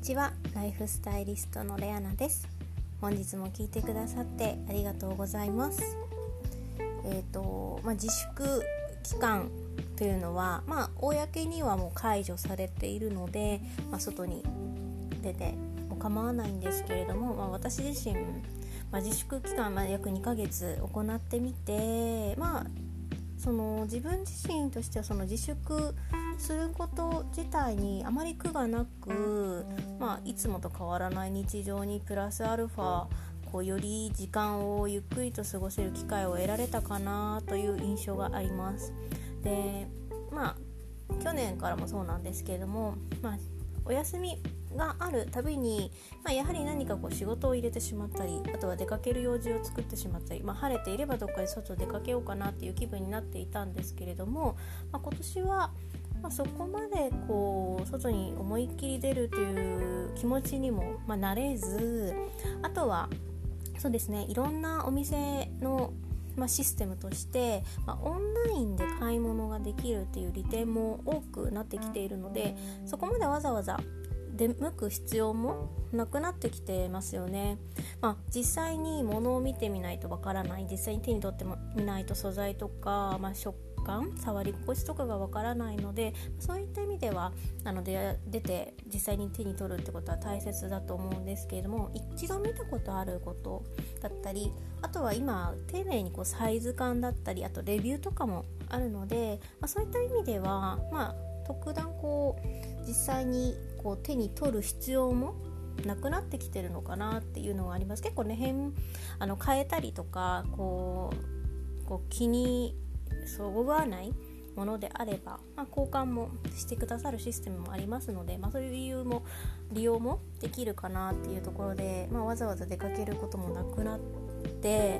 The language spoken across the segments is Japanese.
ちは。ライフスタイリストのレアナです。本日も聞いてくださってありがとうございます。自粛期間というのは、公にはもう解除されているので、外に出ても構わないんですけれども、私自身、自粛期間、約2ヶ月行ってみて、その自分自身としてはその自粛すること自体にあまり苦がなく、いつもと変わらない日常にプラスアルファより時間をゆっくりと過ごせる機会を得られたかなという印象があります。で、去年からもそうなんですけれども、お休みがあるたびに、やはり何か仕事を入れてしまったり、あとは出かける用事を作ってしまったり、晴れていればどっかで外出かけようかなっていう気分になっていたんですけれども、今年はそこまで外に思いっきり出るという気持ちにもなれず、あとはそうですね、いろんなお店のシステムとして、オンラインで買い物ができるっていう利点も多くなってきているので、そこまでわざわざ出向く必要もなくなってきてますよね。実際に物を見てみないとわからない、実際に手に取ってみないと素材とか、食感、触り心地とかがわからないので、そういった意味では出て実際に手に取るってことは大切だと思うんですけれども、一度見たことあることだったり、あとは今丁寧にサイズ感だったり、あとレビューとかもあるので、そういった意味では特段実際に手に取る必要もなくなってきてるのかなっていうのがあります。結構ね、変えたりとか気にそぐわないものであれば、交換もしてくださるシステムもありますので、そういう利用もできるかなっていうところで、わざわざ出かけることもなくなって、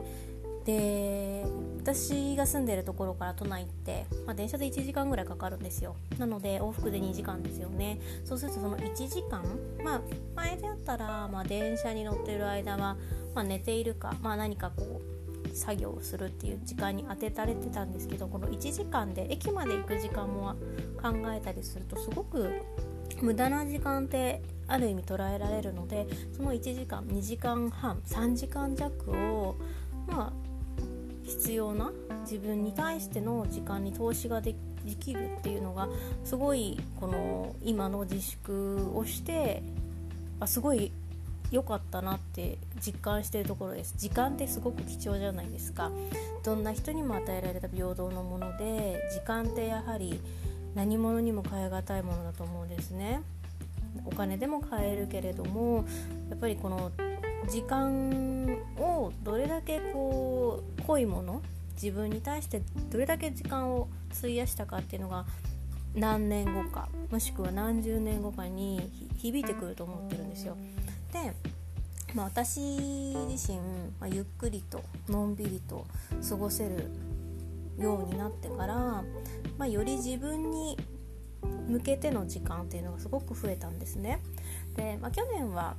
で、私が住んでるところから都内って、電車で1時間ぐらいかかるんですよ。なので往復で2時間ですよね。そうするとその1時間、前であったら、電車に乗ってる間は、寝ているか、何か作業をするっていう時間に当てられてたんですけど、この1時間で駅まで行く時間も考えたりすると、すごく無駄な時間ってある意味捉えられるので、その1時間、2時間半、3時間弱を必要な自分に対しての時間に投資ができるっていうのが、すごい今の自粛をしてすごい良かったなって実感しているところです。時間ってすごく貴重じゃないですか。どんな人にも与えられた平等のもので、時間ってやはり何物にも代え難いものだと思うんですね。お金でも買えるけれども、やっぱりこの時間をどれだけ濃いもの、自分に対してどれだけ時間を費やしたかっていうのが何年後か、もしくは何十年後かに響いてくると思ってるんですよ。で、私自身、ゆっくりとのんびりと過ごせるようになってから、より自分に向けての時間っていうのがすごく増えたんですね。で、去年は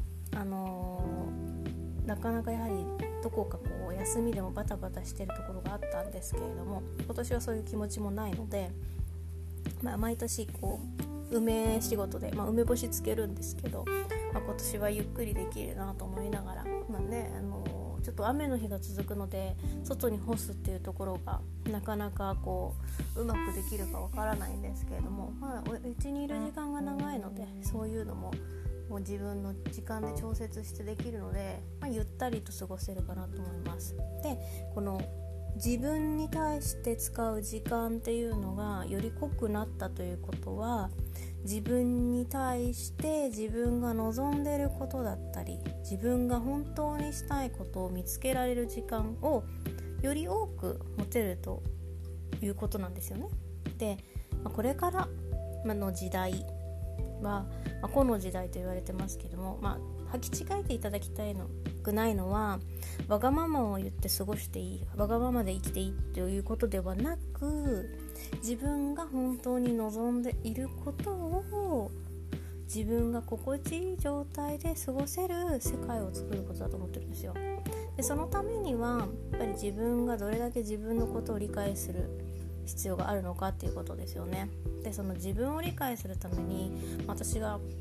なかなかやはりどこか休みでもバタバタしてるところがあったんですけれども、今年はそういう気持ちもないので、毎年梅仕事で、梅干しつけるんですけど、今年はゆっくりできるなと思いながら、ちょっと雨の日が続くので外に干すっていうところがなかなかうまくできるかわからないんですけれども、うちにいる時間が長いので、そういうのも自分の時間で調節してできるので、ゆったりと過ごせるかなと思います。で、この自分に対して使う時間っていうのがより濃くなったということは、自分に対して自分が望んでいることだったり、自分が本当にしたいことを見つけられる時間をより多く持てるということなんですよね。で、これからの時代は、この時代と言われてますけども、履き違えていただきたいのくないのは、わがままを言って過ごしていい、わがままで生きていいということではなく、自分が本当に望んでいることを自分が心地いい状態で過ごせる世界を作ることだと思ってるんですよ。で、そのためにはやっぱり自分がどれだけ自分のことを理解する必要があるのかっていうことですよね。で、その自分を理解するために私が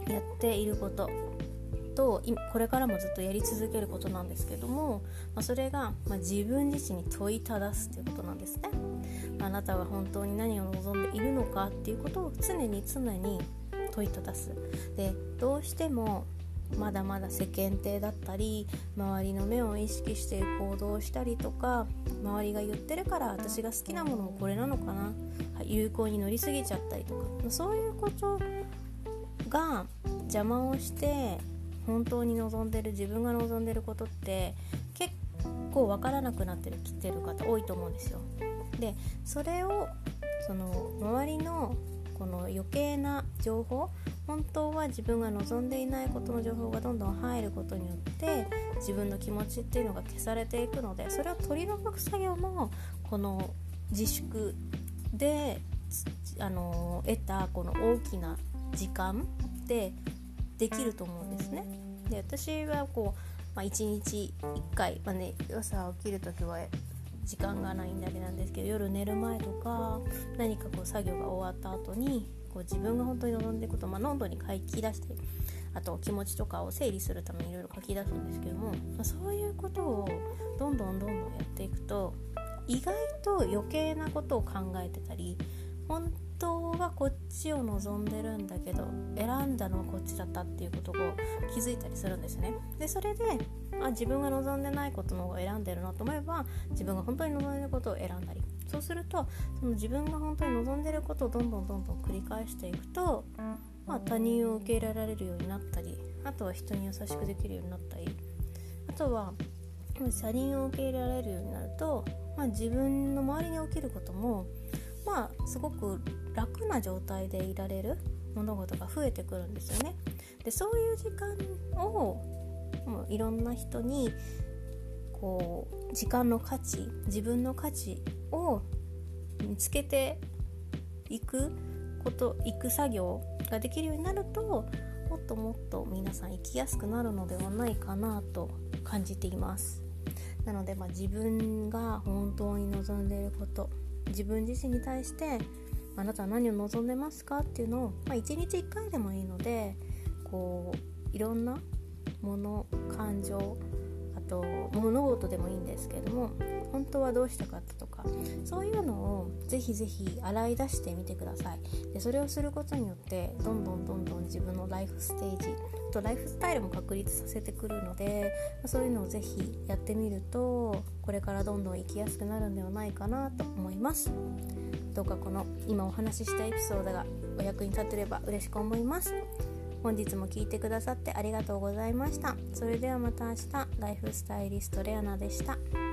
やっていることとこれからもずっとやり続けることなんですけども、それが、自分自身に問いただすということなんですね。あなたは本当に何を望んでいるのかっていうことを常に問いただす。で、どうしてもまだまだ世間体だったり周りの目を意識して行動したりとか、周りが言ってるから私が好きなものもこれなのかな、有効に乗りすぎちゃったりとか、そういうことが邪魔をして本当に望んでる、自分が望んでることって結構分からなくなってきてる方多いと思うんですよ。で、それを周りのこの余計な情報、本当は自分が望んでいないことの情報がどんどん入ることによって自分の気持ちっていうのが消されていくので、それを取り除く作業もこの自粛で得たこの大きな時間でできると思うんですね。で、私は1日1回、朝起きるときは時間がないんであれなんですけど、夜寝る前とか何か作業が終わった後に自分が本当に望んでいることを、ノートに書き出して、あと気持ちとかを整理するためにいろいろ書き出すんですけども、そういうことをどんどんやっていくと、意外と余計なことを考えてたり、本当はこっちを望んでるんだけど選んだのはこっちだったっていうことを気づいたりするんですね。で、それで自分が望んでないことの方が選んでるなと思えば、自分が本当に望んでることを選んだり、そうするとその自分が本当に望んでることをどんどん繰り返していくと、他人を受け入れられるようになったり、あとは人に優しくできるようになったり、あとは他人を受け入れられるようになると、自分の周りに起きることもすごく楽な状態でいられる物事が増えてくるんですよね。で、そういう時間をいろんな人に時間の価値、自分の価値を見つけていく作業ができるようになると、もっと皆さん生きやすくなるのではないかなと感じています。なので、自分が本当に望んでいること、自分自身に対してあなたは何を望んでますかっていうのを、1日1回でもいいのでいろんなもの、感情、あと物事でもいいんですけれども、本当はどうしたかったとか、そういうのをぜひ洗い出してみてください。で、それをすることによってどんどん自分のライフステージとライフスタイルも確立させてくるので、そういうのをぜひやってみると、これからどんどん生きやすくなるんではないかなと思います。どうかこの今お話ししたエピソードがお役に立てれば嬉しく思います。本日も聞いてくださってありがとうございました。それではまた明日。ライフスタイリストレアナでした。